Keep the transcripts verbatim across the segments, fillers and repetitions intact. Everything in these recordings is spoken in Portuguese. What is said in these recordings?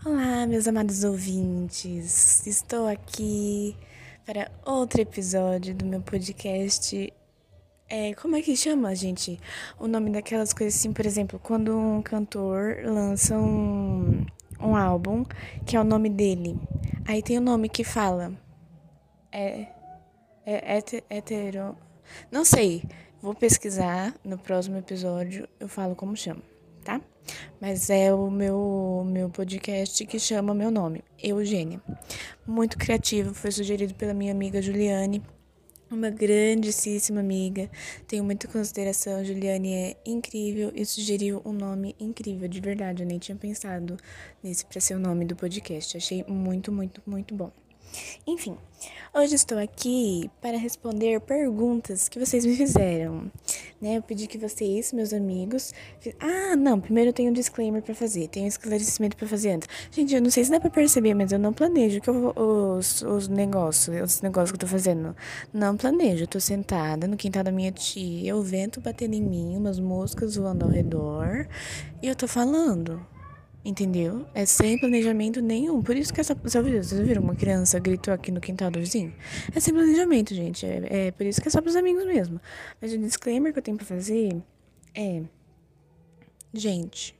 Olá, meus amados ouvintes. Estou aqui para outro episódio do meu podcast. É, como é que chama, gente? O nome daquelas coisas assim, por exemplo, quando um cantor lança um, um álbum, que é o nome dele. Aí tem o nome que fala. É, é hete- hetero. Não sei. Vou pesquisar no próximo episódio. Eu falo como chama, tá? Mas é o meu, meu podcast que chama meu nome, Eugênia. Muito criativo, foi sugerido pela minha amiga Juliane, uma grandíssima amiga. Tenho muita consideração, Juliane é incrível e sugeriu um nome incrível, de verdade. Eu nem tinha pensado nesse para ser o nome do podcast. Achei muito, muito, muito bom. Enfim, hoje estou aqui para responder perguntas que vocês me fizeram, né? Eu pedi que vocês, meus amigos... fi- Ah, não, primeiro eu tenho um disclaimer para fazer, tenho um esclarecimento para fazer antes. Gente, eu não sei se dá para perceber, mas eu não planejo que eu vou, os, os negócios, os negócios que eu tô fazendo. Não planejo, eu tô sentada no quintal da minha tia, o vento batendo em mim, umas moscas voando ao redor, e eu tô falando. Entendeu? É sem planejamento nenhum. Por isso que essa. Vocês ouviram, vocês ouviram uma criança gritou aqui no quintal do vizinho? É sem planejamento, gente. É, é por isso que é só pros amigos mesmo. Mas o disclaimer que eu tenho pra fazer é. Gente,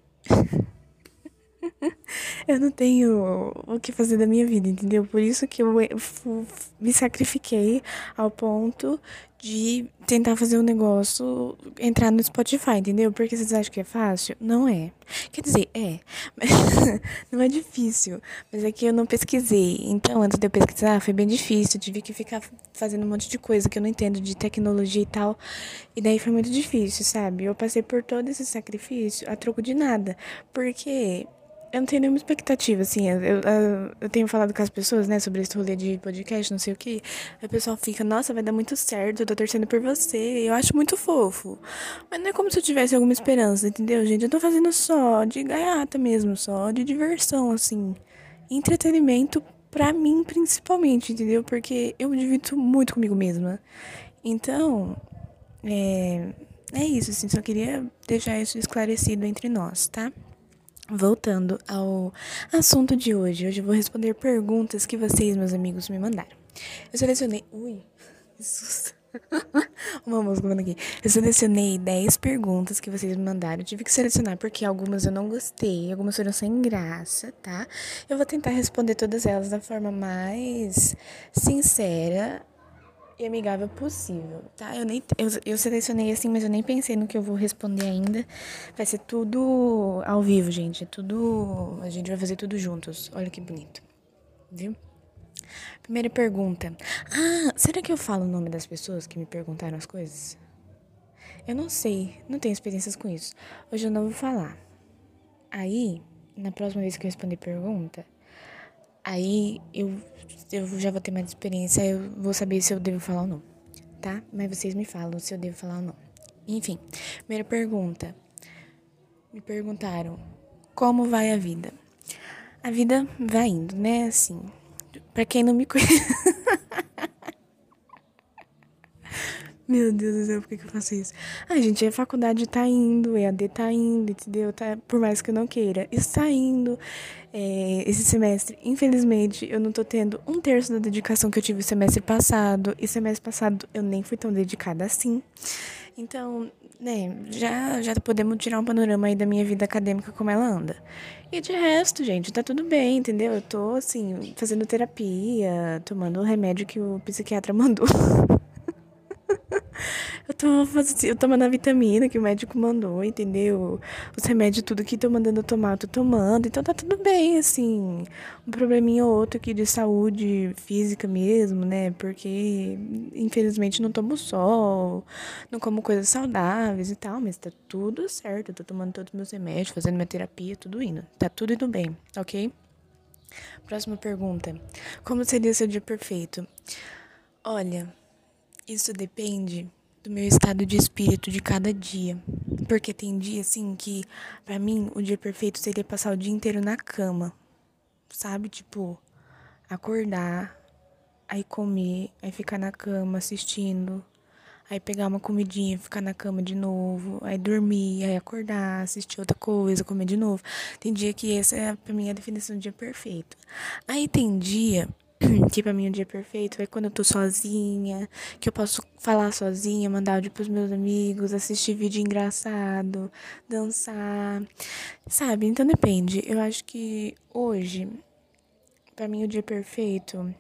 eu não tenho o que fazer da minha vida, entendeu? Por isso que eu eh, fu- me sacrifiquei ao ponto de tentar fazer um negócio entrar no Spotify, entendeu? Porque vocês acham que é fácil? Não é. Quer dizer, é. Mas não é difícil. Mas é que eu não pesquisei. Então, antes de eu pesquisar, foi bem difícil. Tive que ficar fazendo um monte de coisa que eu não entendo de tecnologia e tal. E daí foi muito difícil, sabe? Eu passei por todo esse sacrifício a troco de nada. Porque eu não tenho nenhuma expectativa, assim. Eu, eu, eu tenho falado com as pessoas, né, sobre esse rolê de podcast, não sei o quê. Aí o pessoal fica, nossa, vai dar muito certo, eu tô torcendo por você. Eu acho muito fofo. Mas não é como se eu tivesse alguma esperança, entendeu, gente? Eu tô fazendo só de gaiata mesmo, só de diversão, assim. Entretenimento pra mim, principalmente, entendeu? Porque eu me divirto muito comigo mesma. Então, é, é isso, assim. Só queria deixar isso esclarecido entre nós, tá? Voltando ao assunto de hoje, hoje eu vou responder perguntas que vocês, meus amigos, me mandaram. Eu selecionei. Ui, que susto. Uma música falando aqui. Eu selecionei dez perguntas que vocês me mandaram. Eu tive que selecionar porque algumas eu não gostei, algumas foram sem graça, tá? Eu vou tentar responder todas elas da forma mais sincera e amigável possível, tá? Eu nem eu, eu selecionei assim, mas eu nem pensei no que eu vou responder ainda. Vai ser tudo ao vivo, gente. É tudo, a gente vai fazer tudo juntos. Olha que bonito, viu? Primeira pergunta. Ah, será que eu falo o nome das pessoas que me perguntaram as coisas? Eu não sei, não tenho experiências com isso. Hoje eu não vou falar. Aí, na próxima vez que eu responder pergunta, aí eu, eu já vou ter mais experiência, eu vou saber se eu devo falar ou não, tá? Mas vocês me falam se eu devo falar ou não. Enfim, primeira pergunta. Me perguntaram, como vai a vida? A vida vai indo, né? Assim, pra quem não me conhece... Meu Deus do céu, por que, que eu faço isso? Ah, gente, a faculdade tá indo, E A D tá indo, entendeu? Tá, por mais que eu não queira, está indo. É, esse semestre, infelizmente, eu não tô tendo um terço da dedicação que eu tive semestre passado. E semestre passado eu nem fui tão dedicada assim. Então, né, já, já podemos tirar um panorama aí da minha vida acadêmica, como ela anda. E de resto, gente, tá tudo bem, entendeu? Eu tô, assim, fazendo terapia, tomando o remédio que o psiquiatra mandou. Eu tô, fazendo, eu tomando a vitamina que o médico mandou, entendeu? Os remédios, tudo que tô mandando eu tomar, eu tô tomando. Então tá tudo bem, assim. Um probleminha ou outro aqui de saúde física mesmo, né? Porque, infelizmente, não tomo sol, não como coisas saudáveis e tal. Mas tá tudo certo. Eu tô tomando todos os meus remédios, fazendo minha terapia, tudo indo. Tá tudo indo bem, ok? Próxima pergunta. Como seria seu dia perfeito? Olha, isso depende do meu estado de espírito de cada dia. Porque tem dia, assim, que pra mim o dia perfeito seria passar o dia inteiro na cama. Sabe? Tipo, acordar, aí comer, aí ficar na cama assistindo. aí pegar uma comidinha, ficar na cama de novo, aí dormir, aí acordar, assistir outra coisa, comer de novo. Tem dia que essa é pra mim a definição de dia perfeito. Aí tem dia que pra mim o dia perfeito é quando eu tô sozinha, que eu posso falar sozinha, mandar áudio pros meus amigos, assistir vídeo engraçado, dançar, sabe? Então depende. Eu acho que hoje, pra mim o dia perfeito,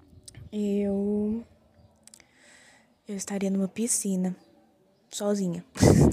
eu eu estaria numa piscina, sozinha.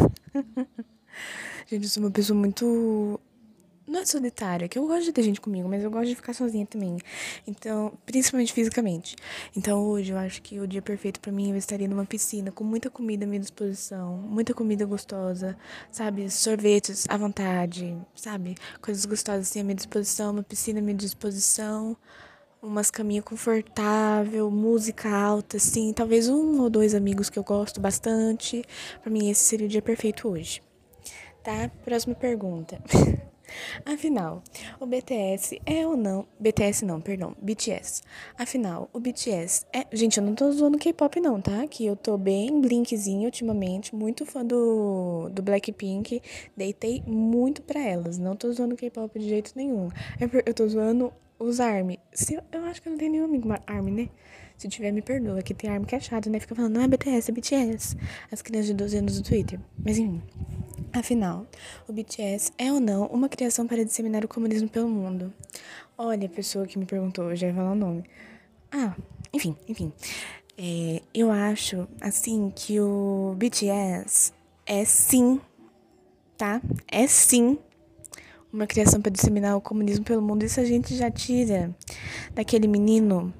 Gente, eu sou uma pessoa muito. Não é solitária, que eu gosto de ter gente comigo, mas eu gosto de ficar sozinha também. Então, principalmente fisicamente. Então, hoje eu acho que o dia perfeito pra mim eu estaria numa piscina com muita comida à minha disposição, muita comida gostosa, sabe? Sorvetes à vontade, sabe? Coisas gostosas assim à minha disposição, uma piscina à minha disposição, umas caminhas confortável, música alta, assim, talvez um ou dois amigos que eu gosto bastante. Pra mim, esse seria o dia perfeito hoje. Tá? Próxima pergunta. Afinal, o B T S é ou não... B T S não, perdão, B T S. Afinal, o B T S é... Gente, eu não tô zoando K-pop não, tá? Que eu tô bem blinkzinho ultimamente, muito fã do, do Blackpink. Deitei muito pra elas, não tô zoando K-pop de jeito nenhum. Eu tô zoando os ARMY. Se eu, eu acho que eu não tenho nenhum amigo ARMY, né? Se tiver, me perdoa, que tem ARMY que é chato, né? Fica falando, não é B T S, é B T S. As crianças de doze anos do Twitter. Mas enfim... Afinal, o B T S é ou não uma criação para disseminar o comunismo pelo mundo? Olha, a pessoa que me perguntou, eu já ia falar o nome. Ah, enfim, enfim. É, eu acho, assim, que o B T S é sim, tá? É sim uma criação para disseminar o comunismo pelo mundo. Isso a gente já tira daquele menino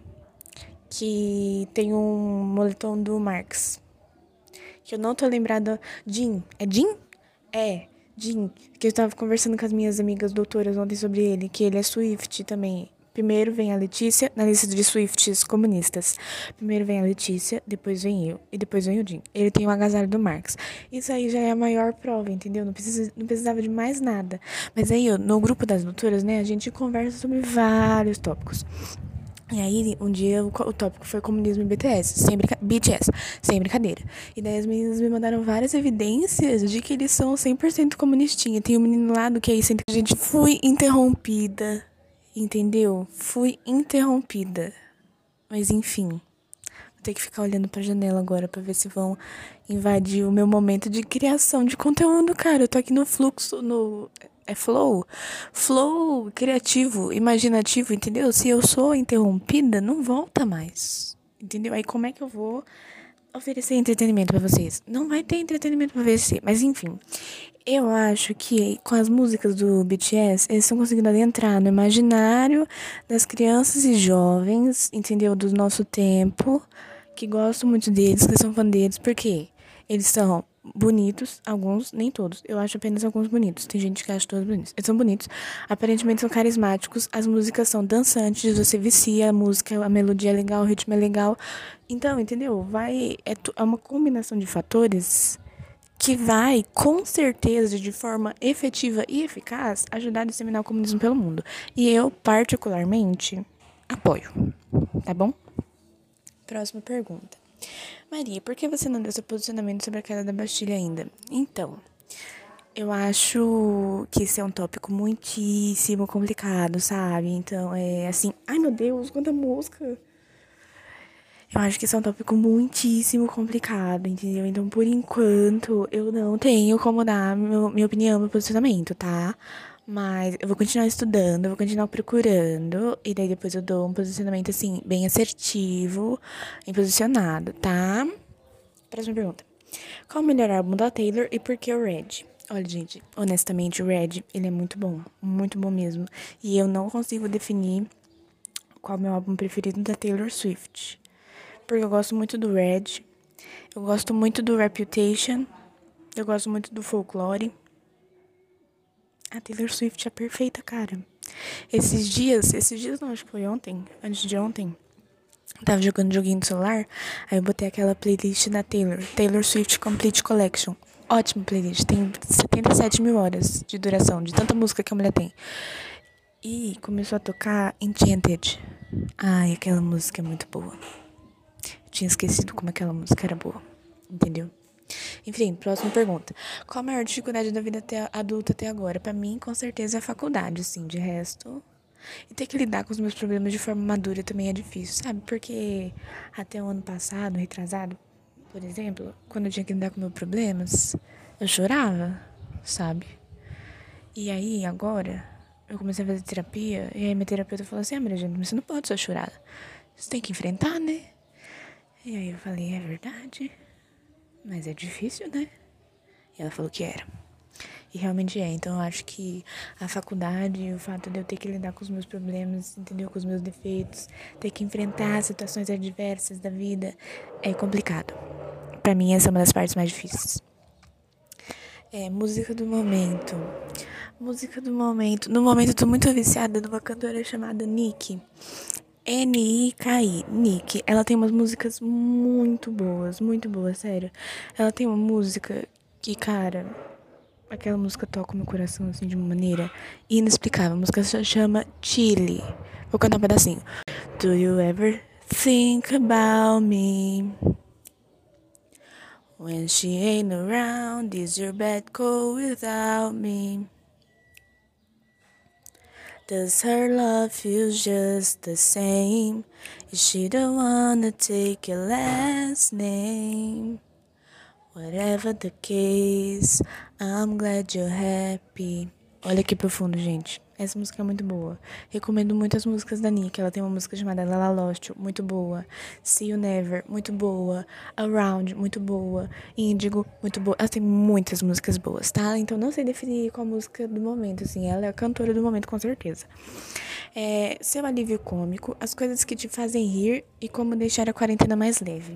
que tem um moletom do Marx. Que eu não tô lembrada. Jim. É Jim? É, Jim, que eu tava conversando com as minhas amigas doutoras ontem sobre ele, que ele é Swift também. Primeiro vem a Letícia, na lista de Swifts comunistas. Primeiro vem a Letícia, depois vem eu, e depois vem o Jim. Ele tem o agasalho do Marx. Isso aí já é a maior prova, entendeu? Não, precisa, não precisava de mais nada. Mas aí, no grupo das doutoras, né, a gente conversa sobre vários tópicos. E aí, um dia, o, o tópico foi comunismo e B T S, sem brinca... B T S, sem brincadeira. E daí as meninas me mandaram várias evidências de que eles são cem por cento comunistinha. Tem um menino lá do que é isso. Gente, fui interrompida, entendeu? Fui interrompida. Mas enfim, vou ter que ficar olhando pra janela agora pra ver se vão invadir o meu momento de criação de conteúdo, cara. Eu tô aqui no fluxo, no... É flow? Flow criativo, imaginativo, entendeu? Se eu sou interrompida, não volta mais. Entendeu? Aí como é que eu vou oferecer entretenimento pra vocês? Não vai ter entretenimento pra oferecer. Mas enfim, eu acho que com as músicas do B T S, eles estão conseguindo adentrar no imaginário das crianças e jovens, entendeu? Do nosso tempo, que gostam muito deles, que são fã deles. Por quê? Eles são bonitos, alguns, nem todos. Eu acho apenas alguns bonitos. Tem gente que acha todos bonitos. Eles são bonitos, aparentemente são carismáticos. As músicas são dançantes, você vicia a música, a melodia é legal, o ritmo é legal. Então, entendeu? Vai, é, é uma combinação de fatores que vai, com certeza, de forma efetiva e eficaz, ajudar a disseminar o comunismo pelo mundo. E eu, particularmente, apoio. Tá bom? Próxima pergunta. Maria, por que você não deu seu posicionamento sobre a queda da Bastilha ainda? Então, eu acho que esse é um tópico muitíssimo complicado, sabe? Então, é assim... Ai, meu Deus, quanta música! Eu acho que esse é um tópico muitíssimo complicado, entendeu? Então, por enquanto, eu não tenho como dar meu, minha opinião, meu posicionamento, tá? Mas eu vou continuar estudando, eu vou continuar procurando. E daí depois eu dou um posicionamento, assim, bem assertivo e posicionado, tá? Próxima pergunta. Qual o melhor álbum da Taylor e por que o Red? Olha, gente, honestamente, o Red, ele é muito bom. Muito bom mesmo. E eu não consigo definir qual é o meu álbum preferido da Taylor Swift. Porque eu gosto muito do Red. Eu gosto muito do Reputation. Eu gosto muito do Folklore. A Taylor Swift é perfeita, cara. Esses dias, esses dias não, acho que foi ontem, antes de ontem, eu tava jogando joguinho no celular, aí eu botei aquela playlist da Taylor, Taylor Swift Complete Collection. Ótima playlist, tem setenta e sete mil horas de duração, de tanta música que a mulher tem. E começou a tocar Enchanted. Ai, aquela música é muito boa. Eu tinha esquecido como aquela música era boa. entendeu? Enfim, próxima pergunta. Qual a maior dificuldade da vida até adulta até agora? Pra mim, com certeza, é a faculdade, assim, de resto. E ter que lidar com os meus problemas de forma madura também é difícil, sabe? Porque até o ano passado, retrasado, por exemplo, quando eu tinha que lidar com meus problemas, eu chorava, sabe? E aí, agora, eu comecei a fazer terapia, e aí minha terapeuta falou assim, ah, Maria Jane, você não pode só chorar. Você tem que enfrentar, né? E aí eu falei, é verdade, mas é difícil, né? E ela falou que era. E realmente é. Então eu acho que a faculdade, o fato de eu ter que lidar com os meus problemas, entendeu? Com os meus defeitos, ter que enfrentar situações adversas da vida, é complicado. Pra mim, essa é uma das partes mais difíceis. É, música do momento. Música do momento. No momento eu tô muito viciada numa cantora chamada Nick. N I K I, Nick. Ela tem umas músicas muito boas, muito boas, sério. Ela tem uma música que, cara, aquela música toca o meu coração, assim, de uma maneira inexplicável. A música se chama Chile. Vou cantar um pedacinho. Do you ever think about me? When she ain't around, is your bed cold without me? Does her love feel just the same? Is she the one to take your last name? Whatever the case, I'm glad you're happy. Olha que profundo, gente. Essa música é muito boa. Recomendo muito as músicas da Nick. Ela tem uma música chamada La La Lost, muito boa. See You Never, muito boa. Around, muito boa. Índigo, muito boa. Ela tem muitas músicas boas, tá? Então não sei definir qual música do momento, assim. Ela é a cantora do momento, com certeza. É, seu alívio cômico, as coisas que te fazem rir e como deixar a quarentena mais leve.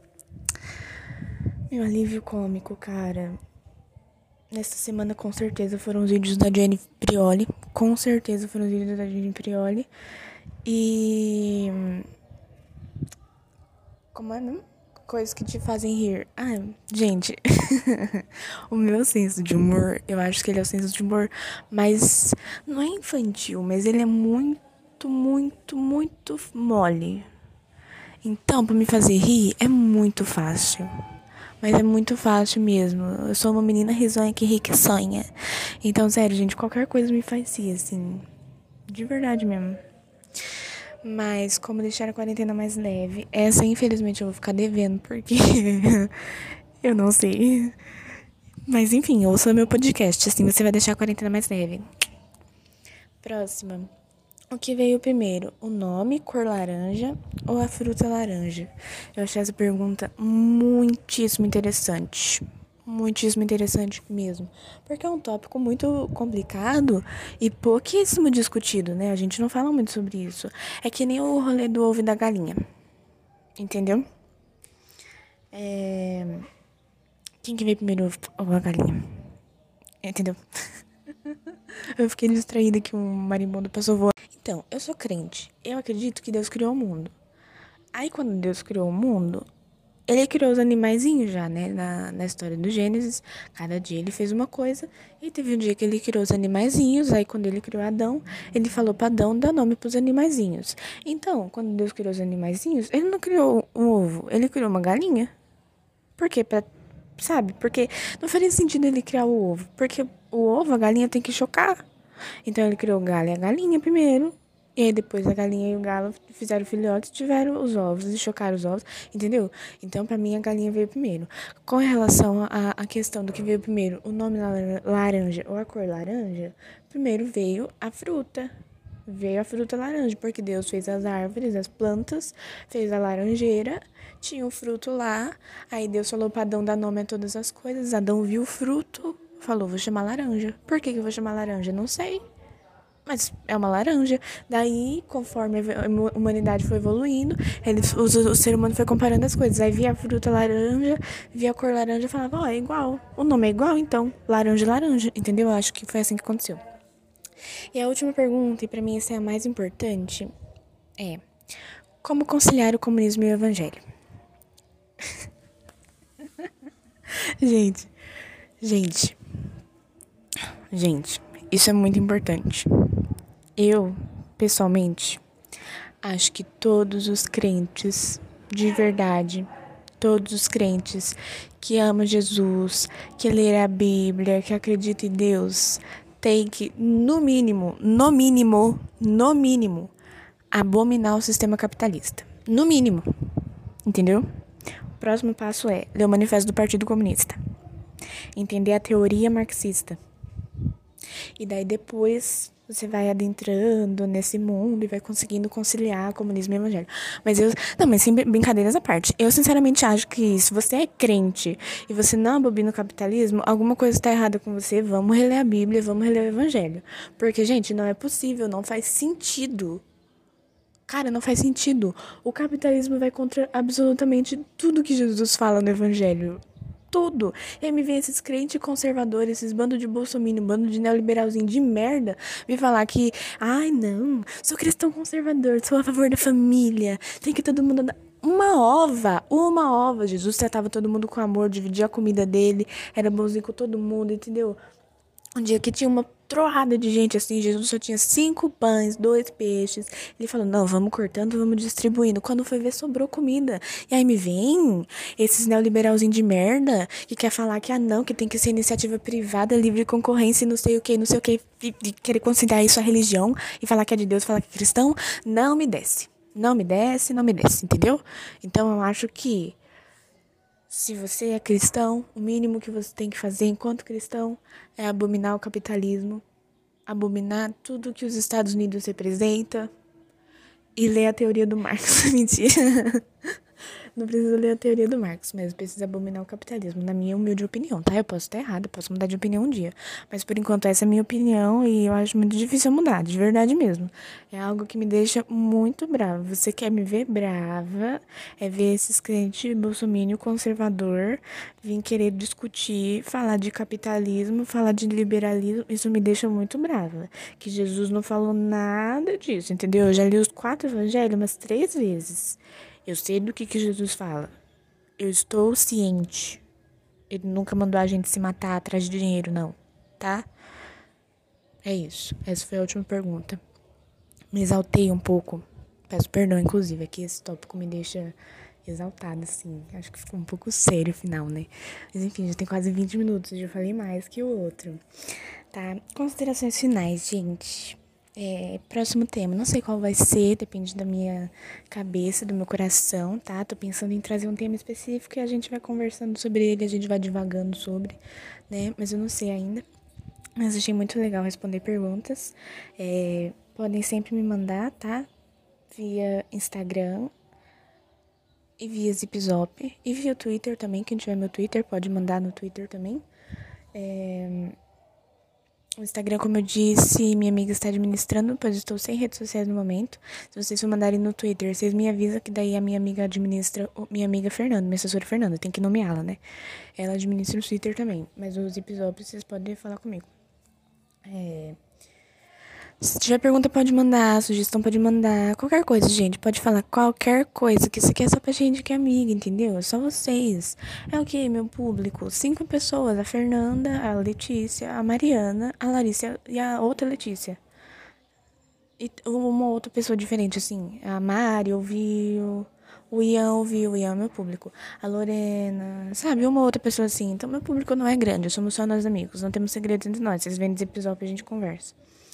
Meu alívio cômico, cara. Nessa semana, com certeza, foram os vídeos da Jenny Prioli. Com certeza foram os vídeos da Jenny Prioli. E... Como é mesmo? Coisas que te fazem rir. Ah, gente. O meu senso de humor, eu acho que ele é o senso de humor mais... Não é infantil, mas ele é muito, muito, muito mole. Então, pra me fazer rir, é muito fácil. Mas é muito fácil mesmo. Eu sou uma menina risonha que ri que sonha. Então, sério, gente, qualquer coisa me faz rir, assim. De verdade mesmo. Mas como deixar a quarentena mais leve? Essa, infelizmente, eu vou ficar devendo, porque eu não sei. Mas, enfim, ouça meu podcast, assim você vai deixar a quarentena mais leve. Próxima. O que veio primeiro? O nome, cor laranja ou a fruta laranja? Eu achei essa pergunta muitíssimo interessante. Muitíssimo interessante mesmo. Porque é um tópico muito complicado e pouquíssimo discutido, né? A gente não fala muito sobre isso. É que nem o rolê do ovo e da galinha. Entendeu? É... Quem que veio primeiro, o ovo ou a galinha? Entendeu? Eu fiquei distraída que um marimbondo passou voando. Então, eu sou crente. Eu acredito que Deus criou o mundo. Aí, quando Deus criou o mundo, ele criou os animaizinhos já, né? Na, na história do Gênesis, cada dia ele fez uma coisa. E teve um dia que ele criou os animaizinhos. Aí, quando ele criou Adão, ele falou para Adão dar nome pros animaizinhos. Então, quando Deus criou os animaizinhos, ele não criou um ovo, ele criou uma galinha. Por quê? Pra, sabe? Porque não faria sentido ele criar o ovo. Porque o ovo, a galinha tem que chocar. Então ele criou o galo e a galinha primeiro. E aí depois a galinha e o galo fizeram filhotes, tiveram os ovos e chocaram os ovos, entendeu? Então pra mim a galinha veio primeiro. Com relação à, à questão do que veio primeiro, o nome laranja ou a cor laranja, primeiro veio a fruta. Veio a fruta laranja, porque Deus fez as árvores, as plantas, fez a laranjeira, tinha o fruto lá. Aí Deus falou para Adão dar nome a todas as coisas. Adão viu o fruto, falou, vou chamar laranja. Por que que eu vou chamar laranja? Não sei. Mas é uma laranja. Daí, conforme a humanidade foi evoluindo, ele, o, o ser humano foi comparando as coisas. Aí via a fruta laranja, via a cor laranja e falava, ó, oh, é igual. O nome é igual, então. Laranja, laranja. Entendeu? Eu acho que foi assim que aconteceu. E a última pergunta, e pra mim essa é a mais importante, é: como conciliar o comunismo e o evangelho? gente, gente, gente, isso é muito importante. Eu, pessoalmente, acho que todos os crentes de verdade Todos os crentes que amam Jesus, que lê a Bíblia, que acreditam em Deus, tem que, no mínimo, no mínimo, no mínimo, abominar o sistema capitalista. No mínimo. Entendeu? O próximo passo é ler o manifesto do Partido Comunista. Entender a teoria marxista. E daí depois você vai adentrando nesse mundo e vai conseguindo conciliar comunismo e evangelho. Mas eu... Não, mas sem brincadeiras à parte. Eu sinceramente acho que se você é crente e você não abobina o capitalismo, alguma coisa está errada com você. Vamos reler a Bíblia, vamos reler o evangelho. Porque, gente, não é possível, não faz sentido. Cara, não faz sentido. O capitalismo vai contra absolutamente tudo que Jesus fala no evangelho. Tudo. E aí me vem esses crentes conservadores, esses bandos de bolsominion, bando de neoliberalzinho de merda, me falar que, ai não, sou cristão conservador, sou a favor da família, tem que todo mundo andar. Uma ova, uma ova. Jesus tratava todo mundo com amor, dividia a comida dele, era bonzinho com todo mundo, entendeu? Um dia que tinha uma troada de gente assim, Jesus só tinha cinco pães, dois peixes. Ele falou, não, vamos cortando, vamos distribuindo. Quando foi ver, sobrou comida. E aí me vem esses neoliberalzinhos de merda que quer falar que, ah não, que tem que ser iniciativa privada, livre concorrência e não sei o que, não sei o que. E querer considerar isso a religião e falar que é de Deus, falar que é cristão. Não me desce. Não me desce, não me desce, entendeu? Então eu acho que se você é cristão, o mínimo que você tem que fazer enquanto cristão é abominar o capitalismo, abominar tudo que os Estados Unidos representa e ler a teoria do Marx. Mentira. Não precisa ler a teoria do Marx, mas precisa abominar o capitalismo, na minha humilde opinião, tá? Eu posso estar errada, posso mudar de opinião um dia. Mas por enquanto essa é a minha opinião e eu acho muito difícil mudar, de verdade mesmo. É algo que me deixa muito brava. Você quer me ver brava? É ver esses crentes bolsominion conservador vir querer discutir, falar de capitalismo, falar de liberalismo. Isso me deixa muito brava. Que Jesus não falou nada disso, entendeu? Eu já li os quatro evangelhos umas três vezes. Eu sei do que, que Jesus fala. Eu estou ciente. Ele nunca mandou a gente se matar atrás de dinheiro, não. Tá? É isso. Essa foi a última pergunta. Me exaltei um pouco. Peço perdão, inclusive. Aqui esse tópico me deixa exaltada, assim. Acho que ficou um pouco sério o final, né? Mas enfim, já tem quase vinte minutos. Já falei mais que o outro. Tá? Considerações finais, gente. É, próximo tema, não sei qual vai ser, depende da minha cabeça, do meu coração, tá? Tô pensando em trazer um tema específico e a gente vai conversando sobre ele, a gente vai divagando sobre, né? Mas eu não sei ainda. Mas achei muito legal responder perguntas. É, podem sempre me mandar, tá? Via Instagram e via Zipzop e via Twitter também. Quem tiver meu Twitter pode mandar no Twitter também. É... O Instagram, como eu disse, minha amiga está administrando, pois estou sem redes sociais no momento. Se vocês for mandarem no Twitter, vocês me avisam que daí a minha amiga administra, minha amiga Fernanda, minha assessora Fernanda, tem que nomeá-la, né? Ela administra o Twitter também, mas os episódios vocês podem falar comigo. É... Se tiver pergunta, pode mandar, sugestão pode mandar, qualquer coisa, gente, pode falar qualquer coisa, que isso aqui é só pra gente que é amiga, entendeu? É só vocês. É o que, meu público? Cinco pessoas, a Fernanda, a Letícia, a Mariana, a Larissa e a outra Letícia. E uma outra pessoa diferente, assim, a Mari ouviu, o Ian ouviu, o Ian é meu público, a Lorena, sabe, uma outra pessoa assim. Então meu público não é grande, somos só nós amigos, não temos segredos entre nós, vocês vêm nesse episódio e a gente conversa.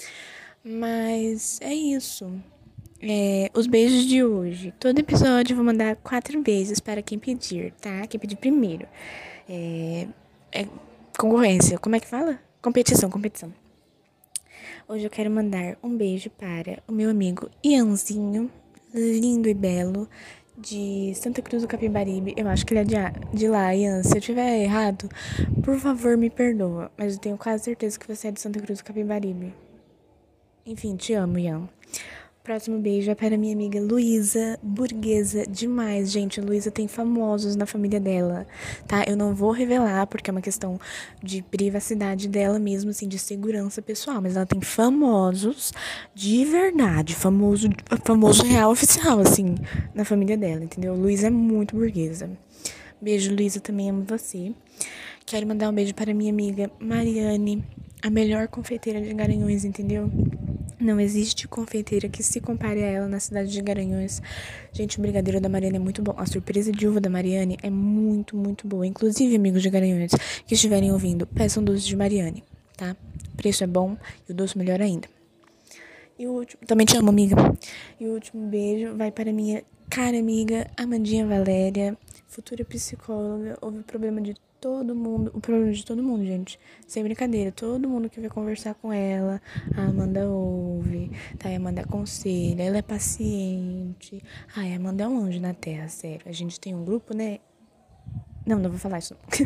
Mas é isso. É, os beijos de hoje. Todo episódio eu vou mandar quatro beijos para quem pedir, tá? Quem pedir primeiro. É, é concorrência. Como é que fala? Competição, competição. Hoje eu quero mandar um beijo para o meu amigo Ianzinho, lindo e belo, de Santa Cruz do Capibaribe. Eu acho que ele é de, de lá, Ian. Se eu tiver errado, por favor, me perdoa. Mas eu tenho quase certeza que você é de Santa Cruz do Capibaribe. Enfim, te amo, Ian. Próximo beijo é para minha amiga Luísa, burguesa demais, gente. A Luísa tem famosos na família dela, tá? Eu não vou revelar, porque é uma questão de privacidade dela mesmo, assim, de segurança pessoal. Mas ela tem famosos de verdade, famoso, famoso real oficial, assim, na família dela, entendeu? Luísa é muito burguesa. Beijo, Luísa, também amo você. Quero mandar um beijo para minha amiga Mariane, a melhor confeiteira de Garanhuns, entendeu? Não existe confeiteira que se compare a ela na cidade de Garanhuns. Gente, o brigadeiro da Mariane é muito bom. A surpresa de uva da Mariane é muito, muito boa. Inclusive, amigos de Garanhuns que estiverem ouvindo, peçam doce de Mariane, tá? O preço é bom e o doce melhor ainda. E o último... Também te amo, amiga. E o último beijo vai para minha cara amiga Amandinha Valéria, futura psicóloga. Houve problema de todo mundo, o problema de todo mundo, gente, sem brincadeira, todo mundo que vai conversar com ela, a Amanda ouve, tá, a Amanda aconselha, ela é paciente, ai, a Amanda é um anjo na terra, sério, a gente tem um grupo, né, não, não vou falar isso não,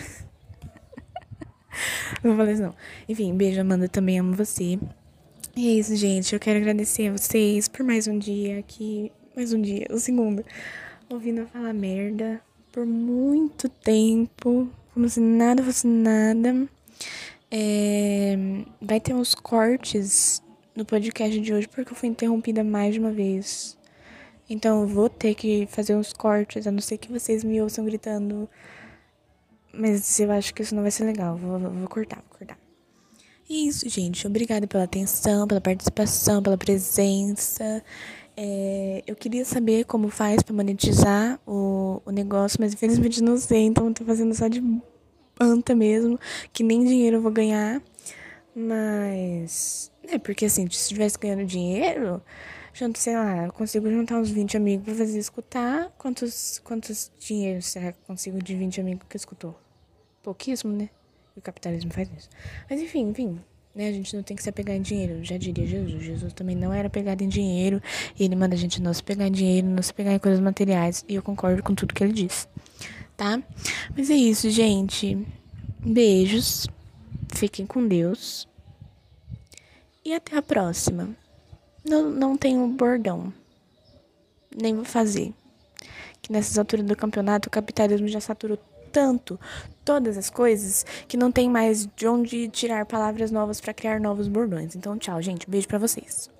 não vou falar isso não, enfim, beijo, Amanda, também amo você, e é isso, gente, eu quero agradecer a vocês por mais um dia aqui, mais um dia, o segundo, ouvindo eu falar merda, por muito tempo, como se nada fosse nada. É, vai ter uns cortes no podcast de hoje, porque eu fui interrompida mais de uma vez. Então eu vou ter que fazer uns cortes, a não ser que vocês me ouçam gritando. Mas eu acho que isso não vai ser legal. Vou, vou cortar, vou cortar. E isso, gente. Obrigada pela atenção, pela participação, pela presença. É, eu queria saber como faz pra monetizar o, o negócio, mas infelizmente não sei, então eu tô fazendo só de anta mesmo, que nem dinheiro eu vou ganhar, mas, é porque assim, se estivesse ganhando dinheiro, junto, sei lá, eu consigo juntar uns vinte amigos pra fazer escutar, quantos, quantos dinheiros será que eu consigo de vinte amigos que escutou? Pouquíssimo, né? E o capitalismo faz isso. Mas enfim, enfim, né? A gente não tem que se apegar em dinheiro, já diria Jesus. Jesus também não era pegado em dinheiro, e ele manda a gente não se pegar em dinheiro, não se pegar em coisas materiais, e eu concordo com tudo que ele diz, tá? Mas é isso, gente. Beijos. Fiquem com Deus. E até a próxima. Não, não tenho bordão. Nem vou fazer. Que nessas alturas do campeonato o capitalismo já saturou tanto todas as coisas que não tem mais de onde tirar palavras novas para criar novos bordões. Então, tchau, gente. Beijo pra vocês.